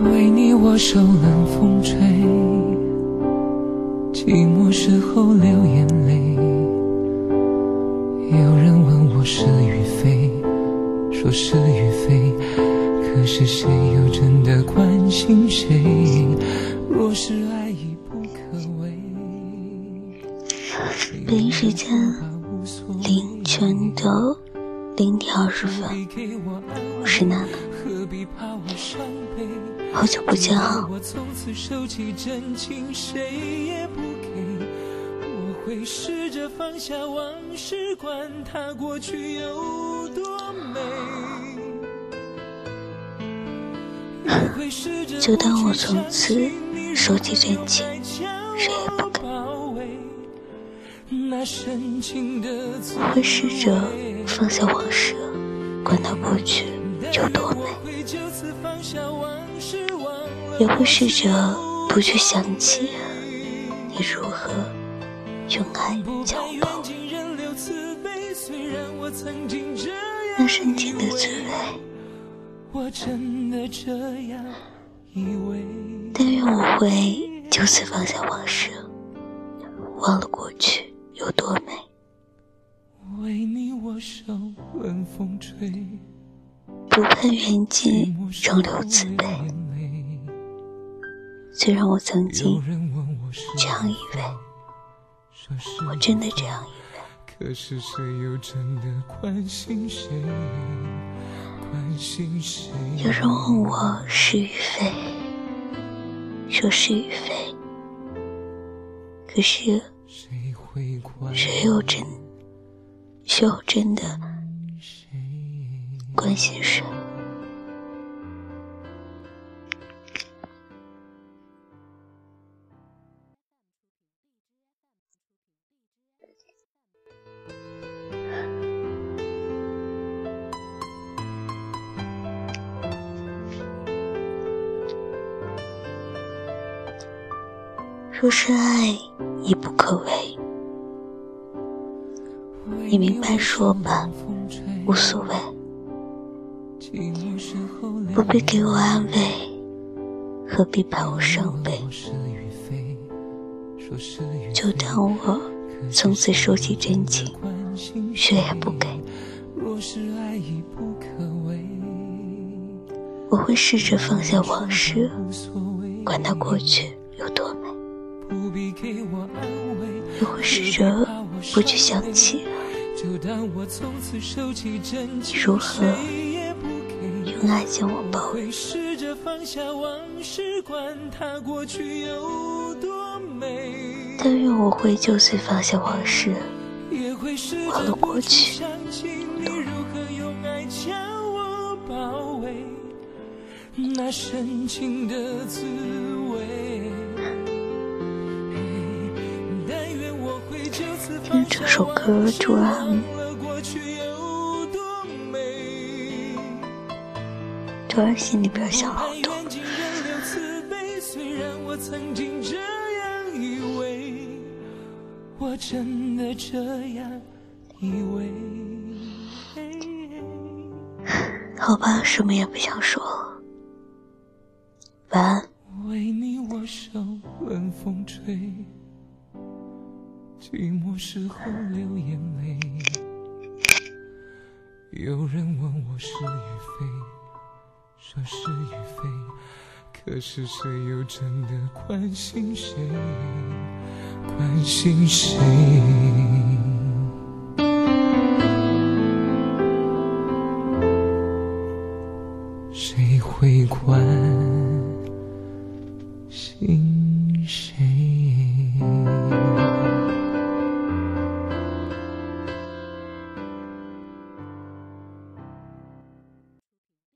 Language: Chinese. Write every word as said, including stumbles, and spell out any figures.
为你我受冷风吹，寂寞时候流眼泪。有人问我是与非，说是与非，可是谁又真的关心谁？若是爱已不可为。 北京时间凌晨的零点二十分，我是娜娜，好久不见啊！会试着放下往事，管它过去有多美。就当我从此收起真情，谁也不敢。我会试着放下往事，管它过去有多美。也会试着不去想起你如何用爱将我包围，那深情的滋味。但愿我会就此放下往事，忘了过去有多美。不盼缘尽仍留慈悲，虽然我曾经这样以为，我真的这样以为。可是谁又真的关心谁？关心谁？有人问我是与非，说是与非，可是谁又真谁又真的关心谁？若是爱已不可为，你明白说吧，无所谓，不必给我安慰，何必怕我伤悲？就当我从此收起真情，谁也不给。我会试着放下往事，管它过去有多美。也会试着不去想起你如何用爱将我包围。但愿我会就此放下往事，忘了过去有多美。那深情的滋味。听这首歌突然突然心里边想好多。我真的这样以为。好吧，什么也不想说了，晚安。为你我受冷风吹，寂寞时候流眼泪。有人问我是与非，说是与非，可是谁又真的关心谁？关心谁？谁会关心？